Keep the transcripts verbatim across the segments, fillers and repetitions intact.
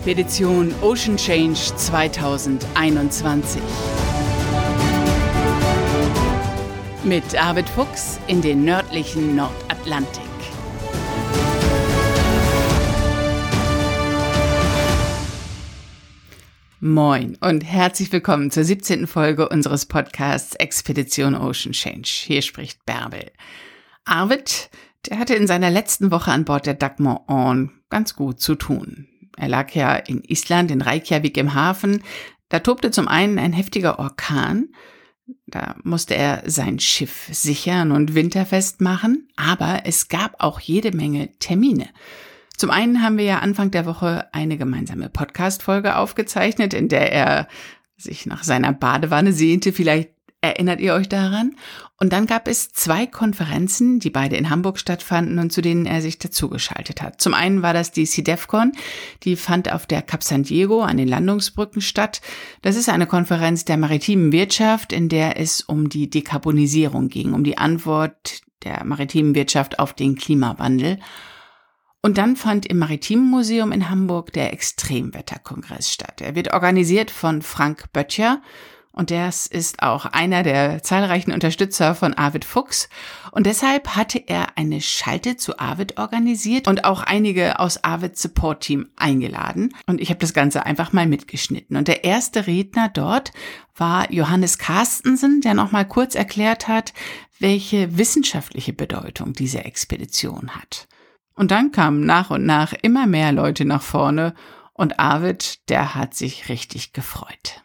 Expedition Ocean Change zwanzig einundzwanzig. Mit Arvid Fuchs in den nördlichen Nordatlantik. Moin und herzlich willkommen zur siebzehnten Folge unseres Podcasts Expedition Ocean Change. Hier spricht Bärbel. Arvid, der hatte in seiner letzten Woche an Bord der Dagmar Orn ganz gut zu tun. Er lag ja in Island, in Reykjavik im Hafen. Da tobte zum einen ein heftiger Orkan. Da musste er sein Schiff sichern und winterfest machen. Aber es gab auch jede Menge Termine. Zum einen haben wir ja Anfang der Woche eine gemeinsame Podcast-Folge aufgezeichnet, in der er sich nach seiner Badewanne sehnte. Vielleicht erinnert ihr euch daran? Und dann gab es zwei Konferenzen, die beide in Hamburg stattfanden und zu denen er sich dazugeschaltet hat. Zum einen war das die SeaDevCon, die fand auf der Cap San Diego an den Landungsbrücken statt. Das ist eine Konferenz der maritimen Wirtschaft, in der es um die Dekarbonisierung ging, um die Antwort der maritimen Wirtschaft auf den Klimawandel. Und dann fand im Maritimen Museum in Hamburg der Extremwetterkongress statt. Er wird organisiert von Frank Böttcher und das ist auch einer der zahlreichen Unterstützer von Arvid Fuchs. Und deshalb hatte er eine Schalte zu Arvid organisiert und auch einige aus Arvids Support-Team eingeladen. Und ich habe das Ganze einfach mal mitgeschnitten. Und der erste Redner dort war Johannes Carstensen, der nochmal kurz erklärt hat, welche wissenschaftliche Bedeutung diese Expedition hat. Und dann kamen nach und nach immer mehr Leute nach vorne und Arvid, der hat sich richtig gefreut.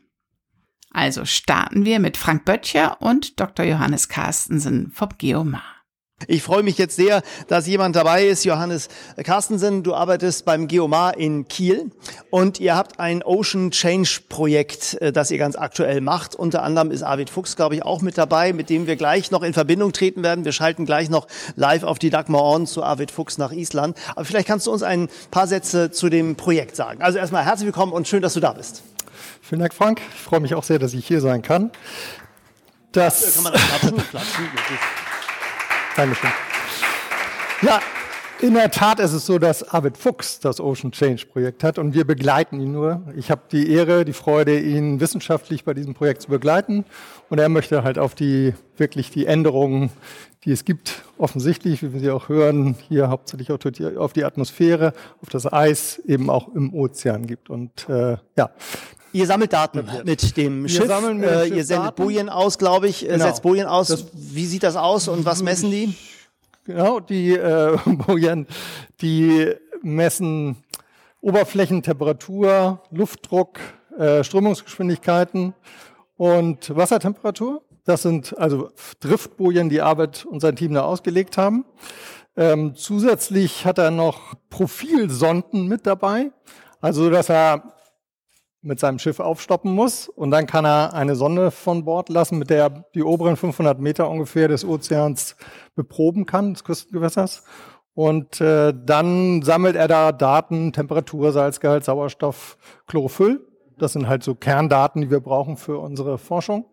Also starten wir mit Frank Böttcher und Doktor Johannes Carstensen vom Geomar. Ich freue mich jetzt sehr, dass jemand dabei ist. Johannes Carstensen, du arbeitest beim Geomar in Kiel und ihr habt ein Ocean Change Projekt, das ihr ganz aktuell macht. Unter anderem ist Arvid Fuchs, glaube ich, auch mit dabei, mit dem wir gleich noch in Verbindung treten werden. Wir schalten gleich noch live auf die Dagmar Orn zu Arvid Fuchs nach Island. Aber vielleicht kannst du uns ein paar Sätze zu dem Projekt sagen. Also erstmal herzlich willkommen und schön, dass du da bist. Vielen Dank, Frank. Ich freue mich auch sehr, dass ich hier sein kann. Das kann man das klatschen? klatschen? Dankeschön. Ja, in der Tat ist es so, dass Arvid Fuchs das Ocean Change Projekt hat und wir begleiten ihn nur. Ich habe die Ehre, die Freude, ihn wissenschaftlich bei diesem Projekt zu begleiten und er möchte halt auf die wirklich die Änderungen, die es gibt, offensichtlich, wie wir sie auch hören, hier hauptsächlich auf die Atmosphäre, auf das Eis, eben auch im Ozean gibt. Und äh, ja. Ihr sammelt Daten mit dem wir Schiff, sammeln mit dem äh, Schiff ihr sendet Daten. Bojen aus, glaube ich, Genau. setzt Bojen aus. Das, Wie sieht das aus und was messen die? Genau, die äh, Bojen, die messen Oberflächentemperatur, Luftdruck, äh, Strömungsgeschwindigkeiten und Wassertemperatur. Das sind also Driftbojen, die Arvid und sein Team da ausgelegt haben. Ähm, zusätzlich hat er noch Profilsonden mit dabei, also dass er mit seinem Schiff aufstoppen muss und dann kann er eine Sonde von Bord lassen, mit der er die oberen fünfhundert Meter ungefähr des Ozeans beproben kann, des Küstengewässers. Und äh, dann sammelt er da Daten, Temperatur, Salzgehalt, Sauerstoff, Chlorophyll. Das sind halt so Kerndaten, die wir brauchen für unsere Forschung.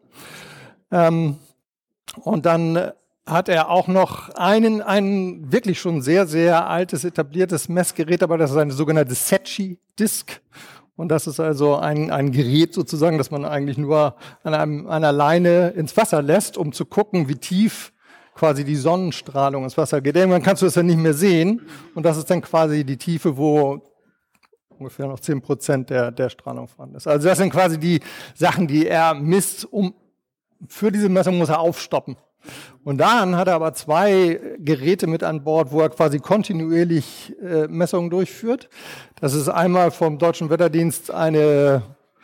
Ähm, und dann hat er auch noch einen, ein wirklich schon sehr, sehr altes, etabliertes Messgerät, aber das ist eine sogenannte Secchi-Disk. Und das ist also ein, ein Gerät sozusagen, das man eigentlich nur an einem, einer Leine ins Wasser lässt, um zu gucken, wie tief quasi die Sonnenstrahlung ins Wasser geht. Irgendwann kannst du es ja nicht mehr sehen. Und das ist dann quasi die Tiefe, wo ungefähr noch zehn Prozent der, der Strahlung vorhanden ist. Also das sind quasi die Sachen, die er misst. Um, für diese Messung muss er aufstoppen. Und dann hat er aber zwei Geräte mit an Bord, wo er quasi kontinuierlich äh, Messungen durchführt. Das ist einmal vom Deutschen Wetterdienst eine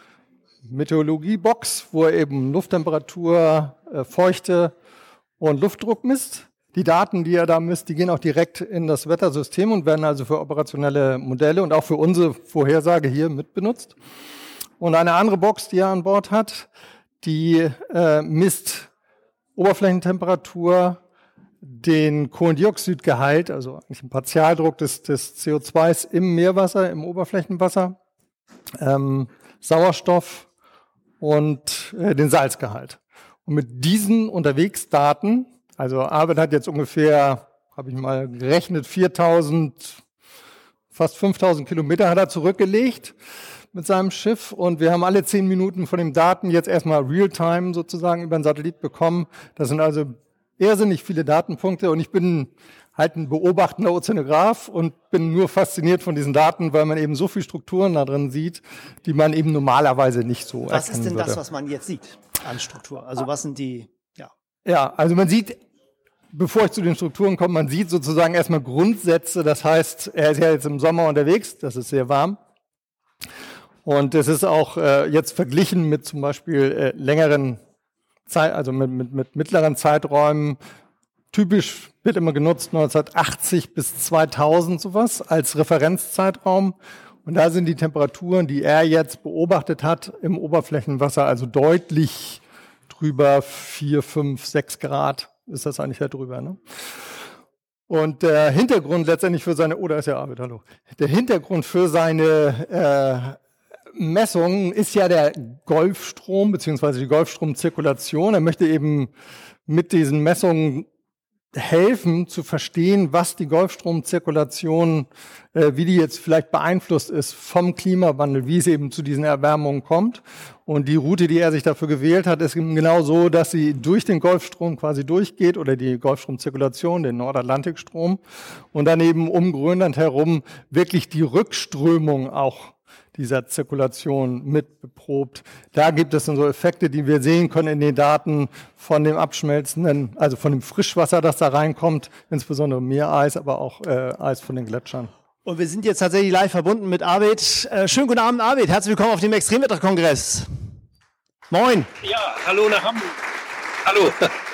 Meteorologiebox, wo er eben Lufttemperatur, äh, Feuchte und Luftdruck misst. Die Daten, die er da misst, die gehen auch direkt in das Wettersystem und werden also für operationelle Modelle und auch für unsere Vorhersage hier mitbenutzt. Und eine andere Box, die er an Bord hat, die äh, misst Oberflächentemperatur, den Kohlendioxidgehalt, also eigentlich den Partialdruck des, des C O zwei im Meerwasser, im Oberflächenwasser, ähm, Sauerstoff und äh, den Salzgehalt. Und mit diesen Unterwegsdaten, also Arvid hat jetzt ungefähr, habe ich mal gerechnet, viertausend fast fünftausend Kilometer hat er zurückgelegt mit seinem Schiff und wir haben alle zehn Minuten von den Daten jetzt erstmal Realtime sozusagen über den Satellit bekommen. Das sind also irrsinnig viele Datenpunkte und ich bin halt ein beobachtender Ozeanograph und bin nur fasziniert von diesen Daten, weil man eben so viele Strukturen da drin sieht, die man eben normalerweise nicht so erkennen würde. Was ist denn das, was man jetzt sieht an Struktur? Also was sind die, ja. Ja, also man sieht, bevor ich zu den Strukturen komme, man sieht sozusagen erstmal Grundsätze. Das heißt, er ist ja jetzt im Sommer unterwegs, das ist sehr warm. Und es ist auch äh, jetzt verglichen mit zum Beispiel äh, längeren Zeit, also mit, mit, mit mittleren Zeiträumen. Typisch wird immer genutzt neunzehnhundertachtzig bis zweitausend sowas als Referenzzeitraum. Und da sind die Temperaturen, die er jetzt beobachtet hat im Oberflächenwasser, also deutlich drüber vier, fünf, sechs Grad. Ist das eigentlich ja drüber, ne? Und der Hintergrund letztendlich für seine, oh, da ist ja Arvid, hallo. Der Hintergrund für seine äh, Messungen ist ja der Golfstrom, beziehungsweise die Golfstromzirkulation. Er möchte eben mit diesen Messungen helfen, zu verstehen, was die Golfstromzirkulation, äh, wie die jetzt vielleicht beeinflusst ist vom Klimawandel, wie es eben zu diesen Erwärmungen kommt. Und die Route, die er sich dafür gewählt hat, ist eben genau so, dass sie durch den Golfstrom quasi durchgeht oder die Golfstromzirkulation, den Nordatlantikstrom und dann eben um Grönland herum wirklich die Rückströmung auch dieser Zirkulation mit beprobt. Da gibt es dann so Effekte, die wir sehen können in den Daten von dem abschmelzenden, also von dem Frischwasser, das da reinkommt, insbesondere Meereis, aber auch äh, Eis von den Gletschern. Und wir sind jetzt tatsächlich live verbunden mit Arvid. Äh, schönen guten Abend, Arvid. Herzlich willkommen auf dem Extremwetterkongress. Moin. Ja, hallo nach Hamburg. Hallo.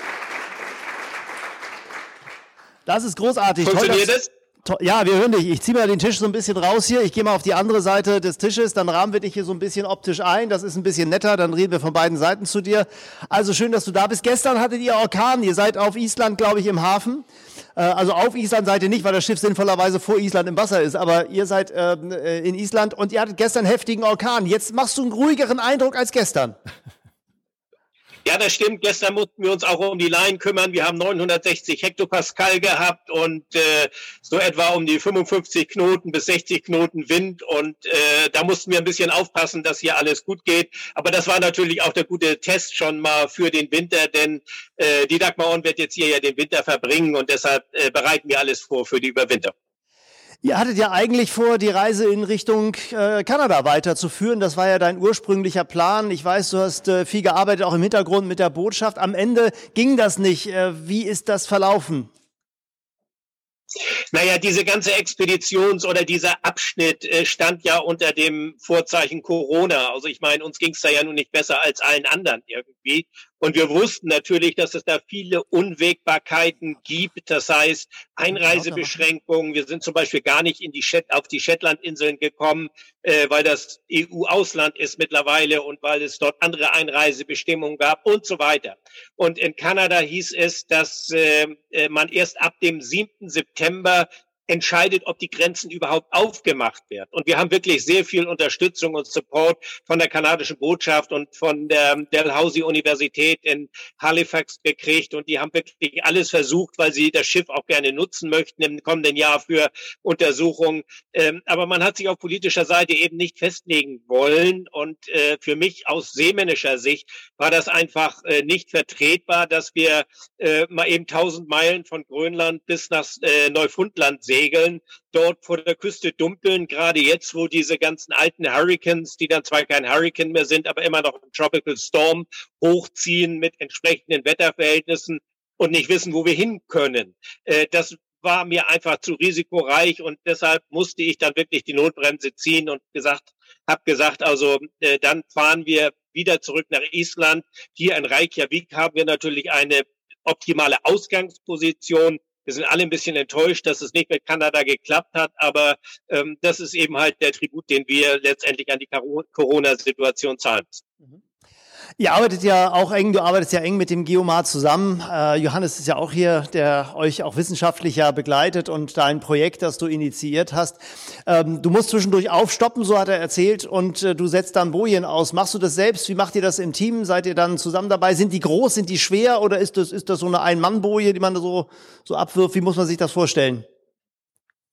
Das ist großartig. Funktioniert Toll, das? Ja, wir hören dich. Ich ziehe mal den Tisch so ein bisschen raus hier. Ich gehe mal auf die andere Seite des Tisches. Dann rahmen wir dich hier so ein bisschen optisch ein. Das ist ein bisschen netter. Dann reden wir von beiden Seiten zu dir. Also schön, dass du da bist. Gestern hattet ihr Orkan. Ihr seid auf Island, glaube ich, im Hafen. Also auf Island seid ihr nicht, weil das Schiff sinnvollerweise vor Island im Wasser ist. Aber ihr seid äh, in Island und ihr hattet gestern heftigen Orkan. Jetzt machst du einen ruhigeren Eindruck als gestern. Ja, das stimmt. Gestern mussten wir uns auch um die Laien kümmern. Wir haben neunhundertsechzig Hektopascal gehabt und äh, so etwa um die fünfundfünfzig Knoten bis sechzig Knoten Wind. Und äh, da mussten wir ein bisschen aufpassen, dass hier alles gut geht. Aber das war natürlich auch der gute Test schon mal für den Winter, denn äh, die Dagmar On wird jetzt hier ja den Winter verbringen und deshalb äh, bereiten wir alles vor für die Überwinterung. Ihr hattet ja eigentlich vor, die Reise in Richtung äh, Kanada weiterzuführen. Das war ja dein ursprünglicher Plan. Ich weiß, du hast äh, viel gearbeitet, auch im Hintergrund mit der Botschaft. Am Ende ging das nicht. Äh, wie ist das verlaufen? Naja, diese ganze Expeditions- oder dieser Abschnitt äh, stand ja unter dem Vorzeichen Corona. Also ich meine, uns ging es da ja nun nicht besser als allen anderen irgendwie. Und wir wussten natürlich, dass es da viele Unwägbarkeiten gibt. Das heißt, Einreisebeschränkungen. Wir sind zum Beispiel gar nicht in die Shet- auf die Shetlandinseln gekommen, äh, weil das E U-Ausland ist mittlerweile und weil es dort andere Einreisebestimmungen gab und so weiter. Und in Kanada hieß es, dass äh, man erst ab dem siebten September entscheidet, ob die Grenzen überhaupt aufgemacht werden. Und wir haben wirklich sehr viel Unterstützung und Support von der kanadischen Botschaft und von der Dalhousie Universität in Halifax gekriegt. Und die haben wirklich alles versucht, weil sie das Schiff auch gerne nutzen möchten im kommenden Jahr für Untersuchungen. Ähm, aber man hat sich auf politischer Seite eben nicht festlegen wollen. Und äh, für mich aus seemännischer Sicht war das einfach äh, nicht vertretbar, dass wir äh, mal eben tausend Meilen von Grönland bis nach äh, Neufundland segeln, dort vor der Küste dumpeln, gerade jetzt, wo diese ganzen alten Hurricanes, die dann zwar kein Hurricane mehr sind, aber immer noch ein Tropical Storm hochziehen mit entsprechenden Wetterverhältnissen und nicht wissen, wo wir hin können. Äh, das war mir einfach zu risikoreich und deshalb musste ich dann wirklich die Notbremse ziehen und gesagt, habe gesagt, also äh, dann fahren wir wieder zurück nach Island. Hier in Reykjavik haben wir natürlich eine optimale Ausgangsposition. Wir sind alle ein bisschen enttäuscht, dass es nicht mit Kanada geklappt hat, aber ähm, das ist eben halt der Tribut, den wir letztendlich an die Corona-Situation zahlen müssen. Ihr arbeitet ja auch eng, du arbeitest ja eng mit dem Geomar zusammen. Äh, Johannes ist ja auch hier, der euch auch wissenschaftlich ja begleitet und dein Projekt, das du initiiert hast. Ähm, du musst zwischendurch aufstoppen, so hat er erzählt, und äh, du setzt dann Bojen aus. Machst du das selbst? Wie macht ihr das im Team? Seid ihr dann zusammen dabei? Sind die groß, sind die schwer oder ist das, ist das so eine Ein-Mann-Boje, die man so, so abwirft? Wie muss man sich das vorstellen?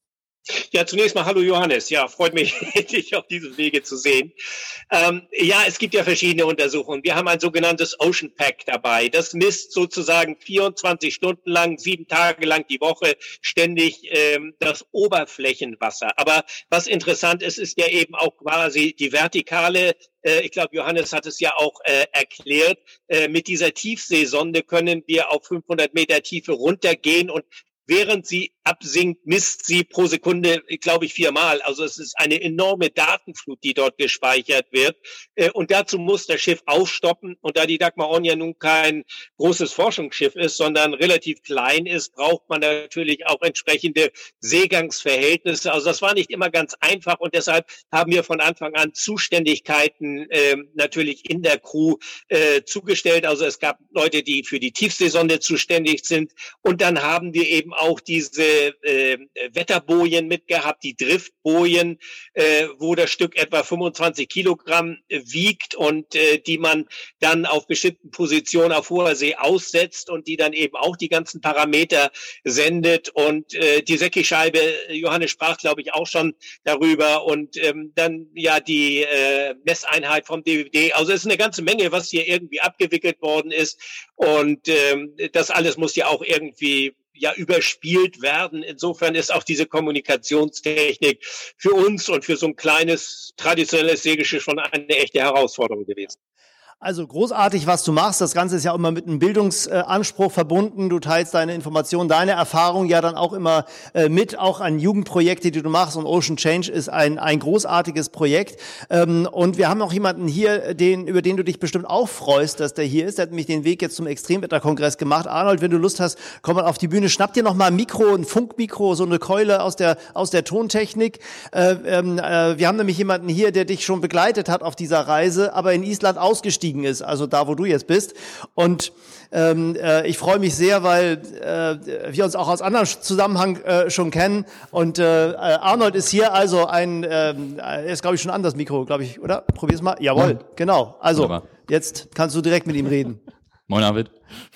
Ja, zunächst mal hallo Johannes. Ja, freut mich, dich auf diesem Wege zu sehen. Ähm, ja, es gibt ja verschiedene Untersuchungen. Wir haben ein sogenanntes Ocean Pack dabei. Das misst sozusagen vierundzwanzig Stunden lang, sieben Tage lang die Woche ständig ähm, das Oberflächenwasser. Aber was interessant ist, ist ja eben auch quasi die vertikale. Äh, ich glaube, Johannes hat es ja auch äh, erklärt. Äh, mit dieser Tiefseesonde können wir auf fünfhundert Meter Tiefe runtergehen und während sie absinkt, misst sie pro Sekunde, glaube ich, viermal. Also es ist eine enorme Datenflut, die dort gespeichert wird. Und dazu muss das Schiff aufstoppen. Und da die Dagmar On ja nun kein großes Forschungsschiff ist, sondern relativ klein ist, braucht man natürlich auch entsprechende Seegangsverhältnisse. Also das war nicht immer ganz einfach. Und deshalb haben wir von Anfang an Zuständigkeiten äh, natürlich in der Crew äh, zugestellt. Also es gab Leute, die für die Tiefseesonde zuständig sind. Und dann haben wir eben auch diese äh, Wetterbojen mitgehabt, die Driftbojen, äh, wo das Stück etwa fünfundzwanzig Kilogramm äh, wiegt und äh, die man dann auf bestimmten Positionen auf hoher See aussetzt und die dann eben auch die ganzen Parameter sendet. Und äh, die Secchi-Scheibe, Johannes sprach, glaube ich, auch schon darüber. Und ähm, dann ja die äh, Messeinheit vom D W D. Also es ist eine ganze Menge, was hier irgendwie abgewickelt worden ist. Und ähm, das alles muss ja auch irgendwie ja überspielt werden. Insofern ist auch diese Kommunikationstechnik für uns und für so ein kleines traditionelles Segelschiff schon eine echte Herausforderung gewesen. Also großartig, was du machst. Das Ganze ist ja auch immer mit einem Bildungsanspruch verbunden. Du teilst deine Informationen, deine Erfahrungen ja dann auch immer äh, mit, auch an Jugendprojekte, die du machst. Und Ocean Change ist ein ein großartiges Projekt. Ähm, und wir haben auch jemanden hier, den über den du dich bestimmt auch freust, dass der hier ist. Der hat nämlich den Weg jetzt zum Extremwetterkongress gemacht. Arnold, wenn du Lust hast, komm mal auf die Bühne. Schnapp dir noch mal ein Mikro, ein Funkmikro, so eine Keule aus der aus der Tontechnik. Äh, ähm, äh, wir haben nämlich jemanden hier, der dich schon begleitet hat auf dieser Reise, aber in Island ausgestiegen ist, also da, wo du jetzt bist. Und ähm, äh, ich freue mich sehr, weil äh, wir uns auch aus anderem Zusammenhang äh, schon kennen. Und äh, Arnold ist hier, also ein, äh, er ist, glaube ich, schon an das Mikro, glaube ich, oder? Probier's mal. Jawohl, ja. Genau. Also, wunderbar. Jetzt kannst du direkt mit ihm reden. Moin, Arvid.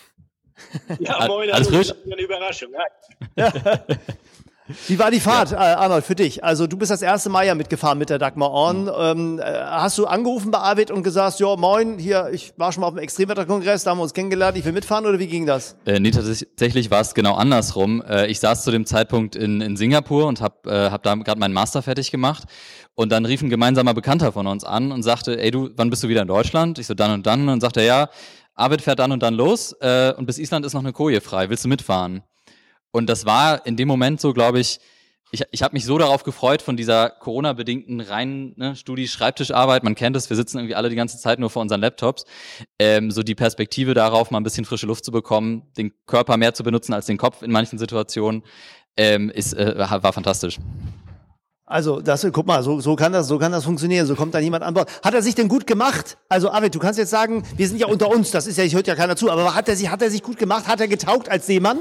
Ja, moin, alles frisch? Eine Überraschung. Ja. Wie war die Fahrt, ja. Arnold, für dich? Also du bist das erste Mal ja mitgefahren mit der Dagmar On. Mhm. Ähm, hast du angerufen bei Arvid und gesagt, ja moin, hier, ich war schon mal auf dem Extremwetterkongress, da haben wir uns kennengelernt, ich will mitfahren, oder wie ging das? Äh, nee, tatsächlich war es genau andersrum. Äh, ich saß zu dem Zeitpunkt in, in Singapur und habe äh, hab da gerade meinen Master fertig gemacht. Und dann rief ein gemeinsamer Bekannter von uns an und sagte, ey du, wann bist du wieder in Deutschland? Ich so, dann und dann. Und dann sagte er, ja, Arvid fährt dann und dann los äh, und bis Island ist noch eine Koje frei, willst du mitfahren? Und das war in dem Moment so, glaube ich, ich, ich habe mich so darauf gefreut von dieser Corona-bedingten reinen ne, Studi-Schreibtischarbeit. Man kennt es, wir sitzen irgendwie alle die ganze Zeit nur vor unseren Laptops. Ähm, so die Perspektive darauf, mal ein bisschen frische Luft zu bekommen, den Körper mehr zu benutzen als den Kopf in manchen Situationen, ähm, ist äh, war fantastisch. Also, das, guck mal, so, so kann das, so kann das funktionieren. So kommt dann jemand an Bord. Hat er sich denn gut gemacht? Also, Arvid, du kannst jetzt sagen, wir sind ja unter uns. Das ist ja, ich hört ja keiner zu. Aber hat er sich, hat er sich gut gemacht? Hat er getaugt als Seemann?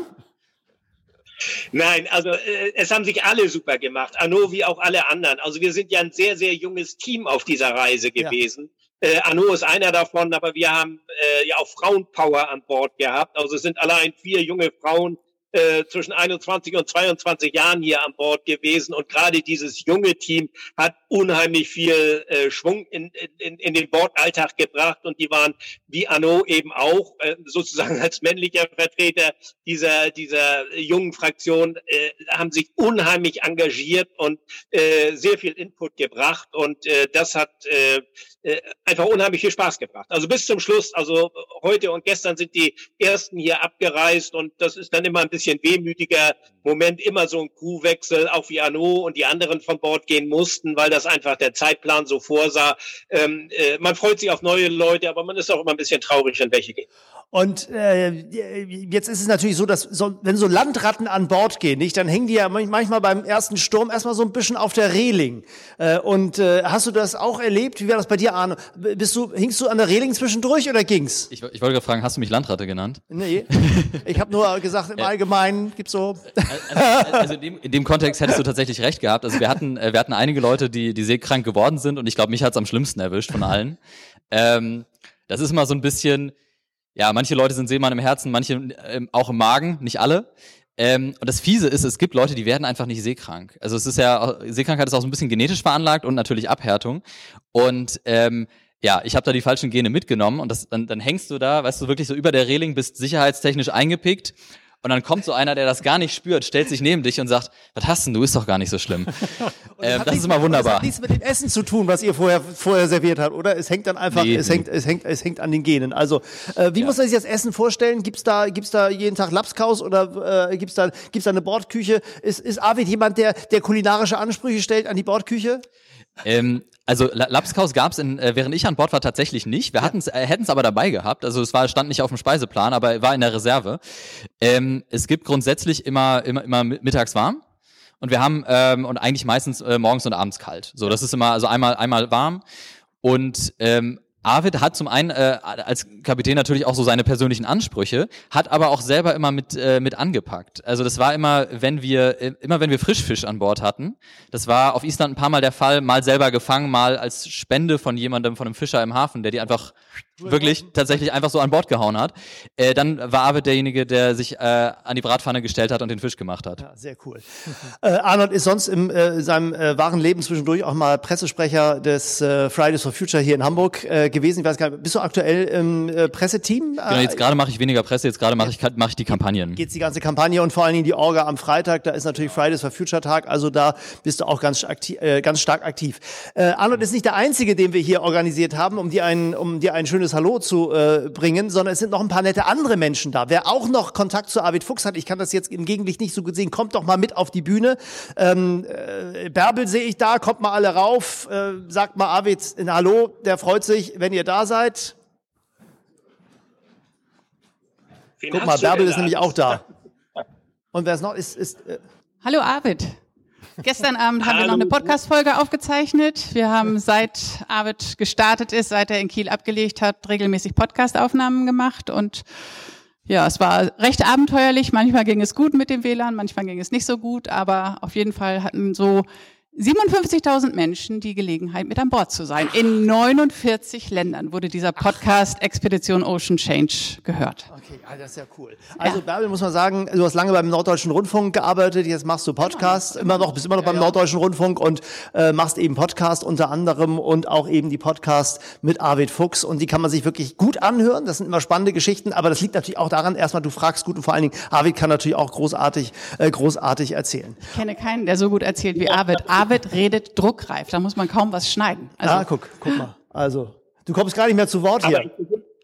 Nein, also äh, es haben sich alle super gemacht, Arnaud wie auch alle anderen. Also wir sind ja ein sehr, sehr junges Team auf dieser Reise gewesen. Ja. Äh, Arnaud ist einer davon, aber wir haben äh, ja auch Frauenpower an Bord gehabt. Also es sind allein vier junge Frauen äh, zwischen einundzwanzig und zweiundzwanzig Jahren hier an Bord gewesen. Und gerade dieses junge Team hat unheimlich viel äh, Schwung in, in, in den Bordalltag gebracht. Und die waren, wie Arnaud eben auch, äh, sozusagen als männlicher Vertreter dieser, dieser jungen Fraktion, äh, haben sich unheimlich engagiert und äh, sehr viel Input gebracht. Und äh, das hat äh, äh, einfach unheimlich viel Spaß gebracht. Also bis zum Schluss, also heute und gestern sind die Ersten hier abgereist und das ist dann immer ein bisschen wehmütiger Moment, immer so ein Crewwechsel, auch wie Arnaud und die anderen von Bord gehen mussten, weil das einfach der Zeitplan so vorsah. Ähm, äh, man freut sich auf neue Leute, aber man ist auch immer ein bisschen traurig, wenn welche gehen. Und äh, jetzt ist es natürlich so, dass so, wenn so Landratten an Bord gehen, nicht, dann hängen die ja manchmal beim ersten Sturm erstmal so ein bisschen auf der Reling. Äh, und äh, hast du das auch erlebt? Wie war das bei dir, Arno? Bist du, hingst du an der Reling zwischendurch oder ging's? Ich, ich wollte gerade fragen, hast du mich Landratte genannt? Nee, ich habe nur gesagt, im Allgemeinen gibt's so. Also, also in, dem, in dem Kontext hättest du tatsächlich recht gehabt. Also wir hatten, wir hatten einige Leute, die, die seekrank geworden sind und ich glaube, mich hat's am schlimmsten erwischt von allen. Ähm, das ist immer so ein bisschen. Ja, manche Leute sind Seemann im Herzen, manche ähm, auch im Magen, nicht alle. Ähm, und das Fiese ist, es gibt Leute, die werden einfach nicht seekrank. Also es ist ja, Seekrankheit ist auch so ein bisschen genetisch veranlagt und natürlich Abhärtung. Und ähm, ja, ich habe da die falschen Gene mitgenommen und das, dann, dann hängst du da, weißt du, wirklich so über der Reling, bist sicherheitstechnisch eingepickt. Und dann kommt so einer, der das gar nicht spürt, stellt sich neben dich und sagt, was hast denn du, ist doch gar nicht so schlimm. ähm, das ist immer wunderbar. Das hat nichts mit dem Essen zu tun, was ihr vorher, vorher serviert habt, oder? Es hängt dann einfach, nee, es, nee. Hängt, es, hängt, es hängt an den Genen. Also, äh, wie ja. muss man sich das Essen vorstellen? Gibt's da, gibt's da jeden Tag Lapskaus oder äh, gibt's da, gibt's da eine Bordküche? Ist, ist Arvid jemand, der, der kulinarische Ansprüche stellt an die Bordküche? Ähm, also Lapskaus gab's in, äh, während ich an Bord war, tatsächlich nicht. Wir ja. hatten's, äh, hätten es aber dabei gehabt. Also es war stand nicht auf dem Speiseplan, aber war in der Reserve. Ähm, es gibt grundsätzlich immer immer immer mittags warm und wir haben ähm, und eigentlich meistens äh, morgens und abends kalt. So, das ist immer also einmal einmal warm und ähm, Arvid hat zum einen äh, als Kapitän natürlich auch so seine persönlichen Ansprüche, hat aber auch selber immer mit äh, mit angepackt. Also das war immer, wenn wir äh, immer wenn wir Frischfisch an Bord hatten, das war auf Island ein paar Mal der Fall, mal selber gefangen, mal als Spende von jemandem, von einem Fischer im Hafen, der die einfach wirklich tatsächlich einfach so an Bord gehauen hat. Äh, dann war Arvid derjenige, der sich äh, an die Bratpfanne gestellt hat und den Fisch gemacht hat. Ja, sehr cool. äh, Arnold ist sonst im äh, seinem äh, wahren Leben zwischendurch auch mal Pressesprecher des äh, Fridays for Future hier in Hamburg äh, gewesen. Ich weiß gar nicht, bist du aktuell im äh, Presseteam? Genau, jetzt gerade mache ich weniger Presse, jetzt gerade mache ich mache ich die Kampagnen. Geht's die ganze Kampagne und vor allen Dingen die Orga am Freitag, da ist natürlich Fridays for Future Tag, also da bist du auch ganz aktiv, äh, ganz stark aktiv. Äh, Arnold ist nicht der einzige, den wir hier organisiert haben, um dir ein um dir ein schönes Hallo zu äh, bringen, sondern es sind noch ein paar nette andere Menschen da. Wer auch noch Kontakt zu Arvid Fuchs hat, ich kann das jetzt im Gegenlicht nicht so gut sehen, kommt doch mal mit auf die Bühne. Ähm, äh, Bärbel sehe ich da, kommt mal alle rauf, äh, sagt mal Arvid ein Hallo, der freut sich, wenn ihr da seid. Wen Guck mal, Bärbel ist nämlich auch da. Und wer es noch ist, ist äh Hallo Arvid. Gestern Abend haben Hallo. wir noch eine Podcast-Folge aufgezeichnet. Wir haben seit Arvid gestartet ist, seit er in Kiel abgelegt hat, regelmäßig Podcast-Aufnahmen gemacht und ja, es war recht abenteuerlich. Manchmal ging es gut mit dem W L A N, manchmal ging es nicht so gut, aber auf jeden Fall hatten so siebenundfünfzigtausend Menschen die Gelegenheit, mit an Bord zu sein. In neunundvierzig Ländern wurde dieser Podcast Expedition Ocean Change gehört. Okay, das ist ja cool. Also ja. Bärbel, muss man sagen, du hast lange beim Norddeutschen Rundfunk gearbeitet, jetzt machst du Podcast, immer noch, bist immer noch beim ja, ja. Norddeutschen Rundfunk und äh, machst eben Podcast unter anderem und auch eben die Podcast mit Arvid Fuchs und die kann man sich wirklich gut anhören. Das sind immer spannende Geschichten, aber das liegt natürlich auch daran, erstmal du fragst gut und vor allen Dingen Arvid kann natürlich auch großartig, äh, großartig erzählen. Ich kenne keinen, der so gut erzählt wie Arvid. Arvid redet druckreif, da muss man kaum was schneiden. Also, ah, guck, guck mal. Also, du kommst gar nicht mehr zu Wort hier.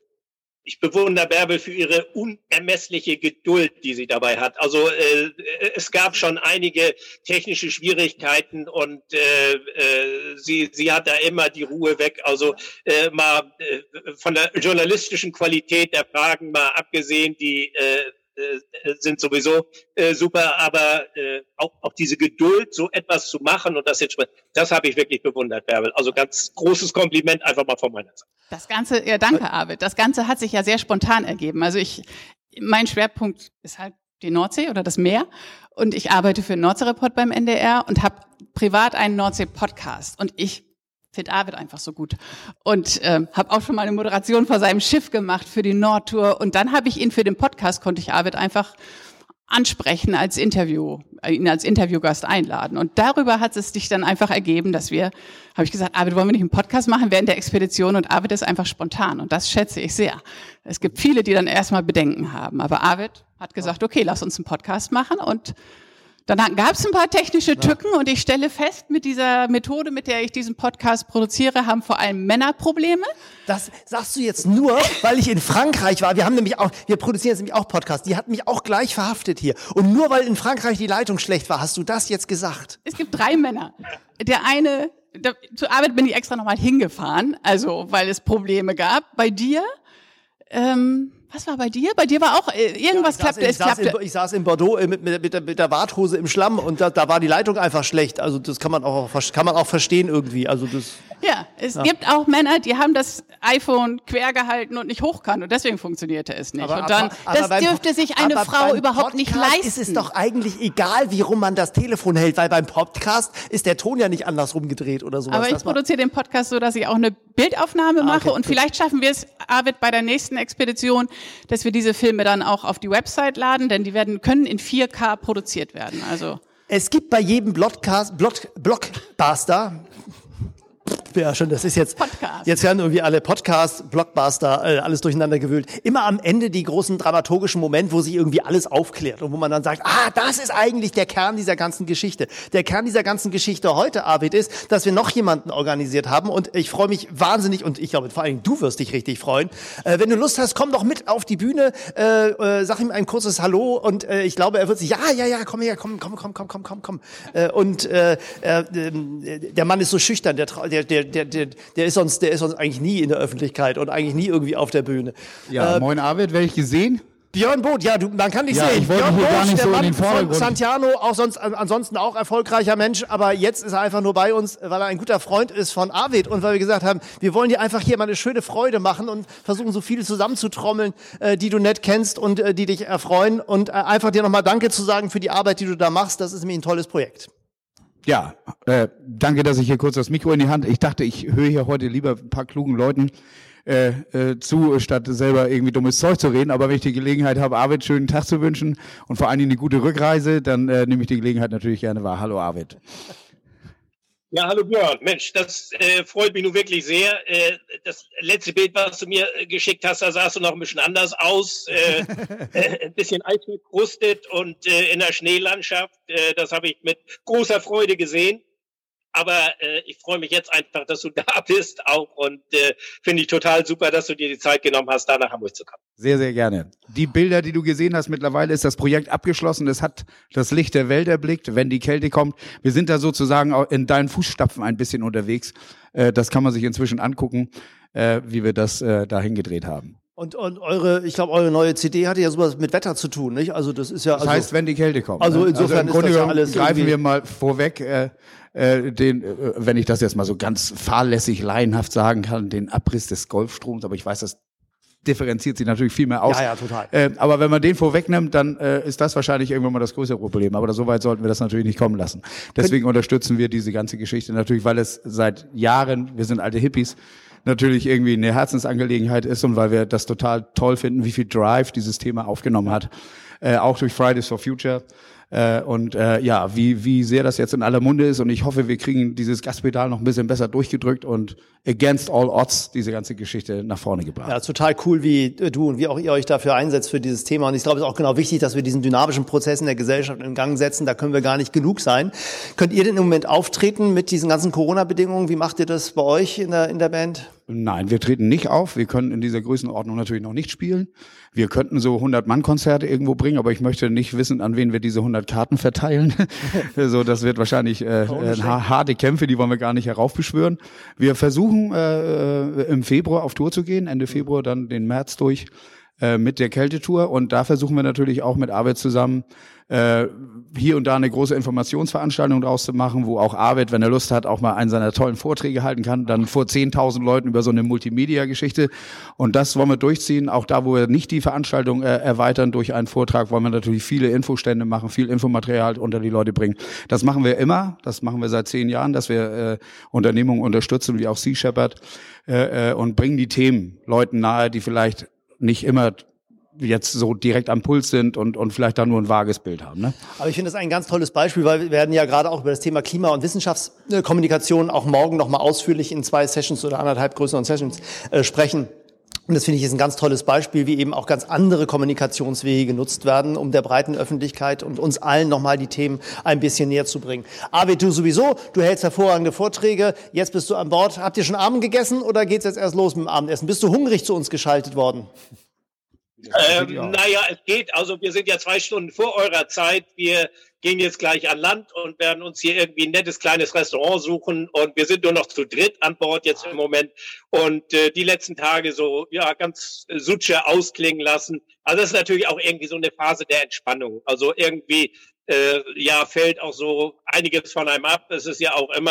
Ich bewundere Bärbel für ihre unermessliche Geduld, die sie dabei hat. Also äh, es gab schon einige technische Schwierigkeiten und äh, äh, sie sie hat da immer die Ruhe weg. Also äh, mal äh, von der journalistischen Qualität der Fragen mal abgesehen, die äh, sind sowieso äh, super, aber äh, auch auch diese Geduld, so etwas zu machen und das jetzt, das habe ich wirklich bewundert, Bärbel. Also ganz großes Kompliment einfach mal von meiner Seite. Das Ganze, ja danke Arvid, das Ganze hat sich ja sehr spontan ergeben. Also ich, mein Schwerpunkt ist halt die Nordsee oder das Meer und ich arbeite für den Nordsee-Report beim N D R und habe privat einen Nordsee-Podcast und ich finde Arvid einfach so gut und äh, habe auch schon mal eine Moderation vor seinem Schiff gemacht für die Nordtour und dann habe ich ihn für den Podcast, konnte ich Arvid einfach ansprechen als Interview, ihn als Interviewgast einladen und darüber hat es sich dann einfach ergeben, dass wir, habe ich gesagt, Arvid, wollen wir nicht einen Podcast machen während der Expedition und Arvid ist einfach spontan und das schätze ich sehr. Es gibt viele, die dann erstmal Bedenken haben, aber Arvid hat gesagt, okay, lass uns einen Podcast machen und dann gab es ein paar technische Tücken und ich stelle fest, mit dieser Methode, mit der ich diesen Podcast produziere, haben vor allem Männer Probleme. Das sagst du jetzt nur, weil ich in Frankreich war. Wir haben nämlich auch, wir produzieren jetzt nämlich auch Podcasts. Die hat mich auch gleich verhaftet hier. Und nur weil in Frankreich die Leitung schlecht war, hast du das jetzt gesagt. Es gibt drei Männer. Der eine, der, zur Arbeit bin ich extra nochmal hingefahren, also weil es Probleme gab. Bei dir, ähm, was war bei dir? Bei dir war auch äh, irgendwas ja, klappte. In, es klappte. In, ich saß in Bordeaux äh, mit, mit, mit, der, mit der Warthose im Schlamm und da, da war die Leitung einfach schlecht. Also das kann man auch kann man auch verstehen irgendwie. Also das. Ja, es Ja. gibt auch Männer, die haben das iPhone quer gehalten und nicht hochkant und deswegen funktionierte es nicht. Aber- und dann, aber- aber das beim dürfte Po- sich eine aber Frau beim überhaupt nicht Podcast leisten. ist es doch eigentlich egal, wie rum man das Telefon hält, weil beim Podcast ist der Ton ja nicht andersrum gedreht oder sowas. Aber ich dass man- produziere den Podcast so, dass ich auch eine Bildaufnahme mache okay, und gut. vielleicht schaffen wir es, Arvid, bei der nächsten Expedition, dass wir diese Filme dann auch auf die Website laden, denn die werden können in vier K produziert werden. Also Es gibt bei jedem Blockcast, Block, Blockbuster, ja schon, das ist jetzt, Podcast. jetzt werden irgendwie alle Podcasts, Blockbuster, äh, alles durcheinander gewühlt. Immer am Ende die großen dramaturgischen Moment, wo sich irgendwie alles aufklärt und wo man dann sagt, ah, das ist eigentlich der Kern dieser ganzen Geschichte. Der Kern dieser ganzen Geschichte heute, Arvid, ist, dass wir noch jemanden organisiert haben und ich freue mich wahnsinnig und ich glaube, vor allem du wirst dich richtig freuen. Äh, wenn du Lust hast, komm doch mit auf die Bühne, äh, äh, sag ihm ein kurzes Hallo und äh, ich glaube, er wird sich, ja, ja, ja, komm her, komm, komm, komm, komm, komm, komm, komm. Äh, und äh, äh, der Mann ist so schüchtern, der, trau- der, der, der, der, der ist sonst, der ist sonst eigentlich nie in der Öffentlichkeit und eigentlich nie irgendwie auf der Bühne. Ja, Äh, moin Arvid, werde ich gesehen? Björn Both, ja, du, man kann dich Ja, sehen. ich wollte Björn hier Both, gar nicht der so in Mann den von Vordergrund. Santiano, auch sonst, an- ansonsten auch erfolgreicher Mensch, aber jetzt ist er einfach nur bei uns, weil er ein guter Freund ist von Arvid und weil wir gesagt haben, wir wollen dir einfach hier mal eine schöne Freude machen und versuchen so viele zusammenzutrommeln, äh, die du nett kennst und äh, die dich erfreuen und äh, einfach dir nochmal Danke zu sagen für die Arbeit, die du da machst. Das ist nämlich ein tolles Projekt. Ja, äh, danke, dass ich hier kurz das Mikro in die Hand. Ich dachte, ich höre hier heute lieber ein paar klugen Leuten äh, äh, zu, statt selber irgendwie dummes Zeug zu reden. Aber wenn ich die Gelegenheit habe, Arvid schönen Tag zu wünschen und vor allen Dingen eine gute Rückreise, dann äh, nehme ich die Gelegenheit natürlich gerne wahr. Hallo Arvid. Ja, hallo Björn. Mensch, das äh, freut mich nun wirklich sehr. Äh, das letzte Bild, was du mir äh, geschickt hast, da sahst du noch ein bisschen anders aus. Äh, äh, ein bisschen eisgekrustet und äh, in der Schneelandschaft. Äh, das habe ich mit großer Freude gesehen. Aber äh, ich freue mich jetzt einfach, dass du da bist auch und äh, finde ich total super, dass du dir die Zeit genommen hast, da nach Hamburg zu kommen. Sehr, sehr gerne. Die Bilder, die du gesehen hast, mittlerweile ist das Projekt abgeschlossen. Es hat das Licht der Welt erblickt, wenn die Kälte kommt. Wir sind da sozusagen auch in deinen Fußstapfen ein bisschen unterwegs. Äh, das kann man sich inzwischen angucken, äh, wie wir das äh, dahin gedreht haben. Und, und eure, ich glaube, eure neue C D hatte ja sowas mit Wetter zu tun, nicht? Also das ist ja, Das also, heißt, wenn die Kälte kommt. also ne? insofern im ist Grunde das ja genommen alles greifen irgendwie- wir mal vorweg, äh, äh, den, äh, wenn ich das jetzt mal so ganz fahrlässig, laienhaft sagen kann, den Abriss des Golfstroms. Aber ich weiß, das differenziert sich natürlich viel mehr aus. Ja, ja, total. Äh, aber wenn man den vorwegnimmt, dann äh, ist das wahrscheinlich irgendwann mal das größere Problem. Aber so weit sollten wir das natürlich nicht kommen lassen. Deswegen unterstützen wir diese ganze Geschichte natürlich, weil es seit Jahren, wir sind alte Hippies, natürlich irgendwie eine Herzensangelegenheit ist und weil wir das total toll finden, wie viel Drive dieses Thema aufgenommen hat, äh, auch durch Fridays for Future. Äh, und äh, ja, wie wie sehr das jetzt in aller Munde ist und ich hoffe, wir kriegen dieses Gaspedal noch ein bisschen besser durchgedrückt und against all odds diese ganze Geschichte nach vorne gebracht. Ja, total cool, wie äh, du und wie auch ihr euch dafür einsetzt für dieses Thema. Und ich glaube, es ist auch genau wichtig, dass wir diesen dynamischen Prozess in der Gesellschaft in Gang setzen. Da können wir gar nicht genug sein. Könnt ihr denn im Moment auftreten mit diesen ganzen Corona-Bedingungen? Wie macht ihr das bei euch in der, in der Band? Nein, wir treten nicht auf. Wir können in dieser Größenordnung natürlich noch nicht spielen. Wir könnten so hundert-Mann-Konzerte irgendwo bringen, aber ich möchte nicht wissen, an wen wir diese hundert Karten verteilen. So, das wird wahrscheinlich äh, äh, harte Kämpfe, die wollen wir gar nicht heraufbeschwören. Wir versuchen äh, im Februar auf Tour zu gehen, Ende Februar dann den März durch äh, mit der Kältetour und da versuchen wir natürlich auch mit Arvid zusammen äh, hier und da eine große Informationsveranstaltung draus zu machen, wo auch Arvid, wenn er Lust hat, auch mal einen seiner tollen Vorträge halten kann, dann vor zehntausend Leuten über so eine Multimedia-Geschichte. Und das wollen wir durchziehen. Auch da, wo wir nicht die Veranstaltung äh, erweitern durch einen Vortrag, wollen wir natürlich viele Infostände machen, viel Infomaterial unter die Leute bringen. Das machen wir immer. Das machen wir seit zehn Jahren, dass wir äh, Unternehmungen unterstützen, wie auch Sea Shepherd, äh, äh, und bringen die Themen Leuten nahe, die vielleicht nicht immer jetzt so direkt am Puls sind und, und vielleicht da nur ein vages Bild haben. Ne? Aber ich finde das ein ganz tolles Beispiel, weil wir werden ja gerade auch über das Thema Klima- und Wissenschaftskommunikation auch morgen nochmal ausführlich in zwei Sessions oder anderthalb größeren Sessions äh, sprechen. Und das finde ich ist ein ganz tolles Beispiel, wie eben auch ganz andere Kommunikationswege genutzt werden, um der breiten Öffentlichkeit und uns allen nochmal die Themen ein bisschen näher zu bringen. Arvid, du sowieso, du hältst hervorragende Vorträge, jetzt bist du an Bord. Habt ihr schon Abend gegessen oder geht's jetzt erst los mit dem Abendessen? Bist du hungrig zu uns geschaltet worden? Ähm, naja, es geht. Also wir sind ja zwei Stunden vor eurer Zeit. Wir gehen jetzt gleich an Land und werden uns hier irgendwie ein nettes kleines Restaurant suchen. Und wir sind nur noch zu dritt an Bord jetzt im Moment. Und äh, die letzten Tage so, ja, ganz äh, Suche ausklingen lassen. Also das ist natürlich auch irgendwie so eine Phase der Entspannung. Also irgendwie, äh, ja, fällt auch so einiges von einem ab. Es ist ja auch immer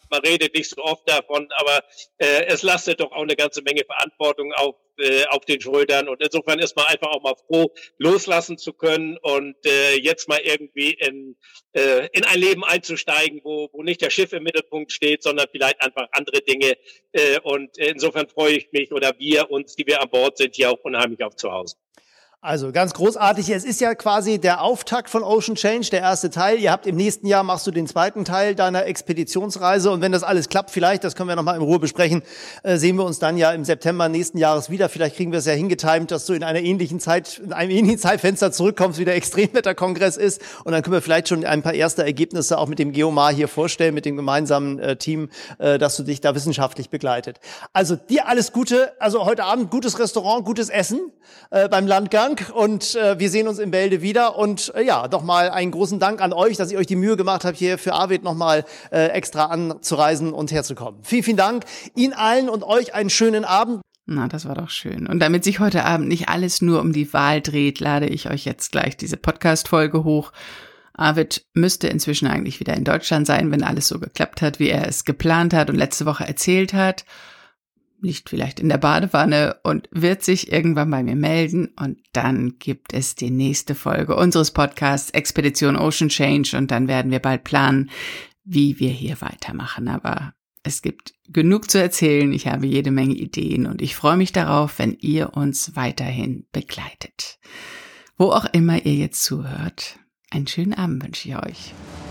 man redet nicht so oft davon, aber äh, es lastet doch auch eine ganze Menge Verantwortung auf, äh, auf den Schultern. Und insofern ist man einfach auch mal froh, loslassen zu können und äh, jetzt mal irgendwie in, äh, in ein Leben einzusteigen, wo, wo nicht das Schiff im Mittelpunkt steht, sondern vielleicht einfach andere Dinge. Äh, und insofern freue ich mich oder wir uns, die wir an Bord sind, hier auch unheimlich auf zu Hause. Also ganz großartig. Es ist ja quasi der Auftakt von Ocean Change, der erste Teil. Ihr habt im nächsten Jahr, machst du den zweiten Teil deiner Expeditionsreise. Und wenn das alles klappt, vielleicht, das können wir nochmal in Ruhe besprechen, äh, sehen wir uns dann ja im September nächsten Jahres wieder. Vielleicht kriegen wir es ja hingetimt, dass du in einer ähnlichen Zeit, in einem ähnlichen Zeitfenster zurückkommst, wie der Extremwetterkongress ist. Und dann können wir vielleicht schon ein paar erste Ergebnisse auch mit dem Geomar hier vorstellen, mit dem gemeinsamen äh, Team, äh, dass du dich da wissenschaftlich begleitet. Also dir alles Gute. Also heute Abend gutes Restaurant, gutes Essen äh, beim Landgang. Und äh, wir sehen uns in Bälde wieder. Und äh, ja, nochmal einen großen Dank an euch, dass ihr euch die Mühe gemacht habt, hier für Arvid nochmal äh, extra anzureisen und herzukommen. Vielen, vielen Dank. Ihnen allen und euch einen schönen Abend. Na, das war doch schön. Und damit sich heute Abend nicht alles nur um die Wahl dreht, lade ich euch jetzt gleich diese Podcast-Folge hoch. Arvid müsste inzwischen eigentlich wieder in Deutschland sein, wenn alles so geklappt hat, wie er es geplant hat und letzte Woche erzählt hat. Liegt vielleicht in der Badewanne und wird sich irgendwann bei mir melden. Und dann gibt es die nächste Folge unseres Podcasts Expedition Ocean Change. Und dann werden wir bald planen, wie wir hier weitermachen. Aber es gibt genug zu erzählen. Ich habe jede Menge Ideen und ich freue mich darauf, wenn ihr uns weiterhin begleitet. Wo auch immer ihr jetzt zuhört. Einen schönen Abend wünsche ich euch.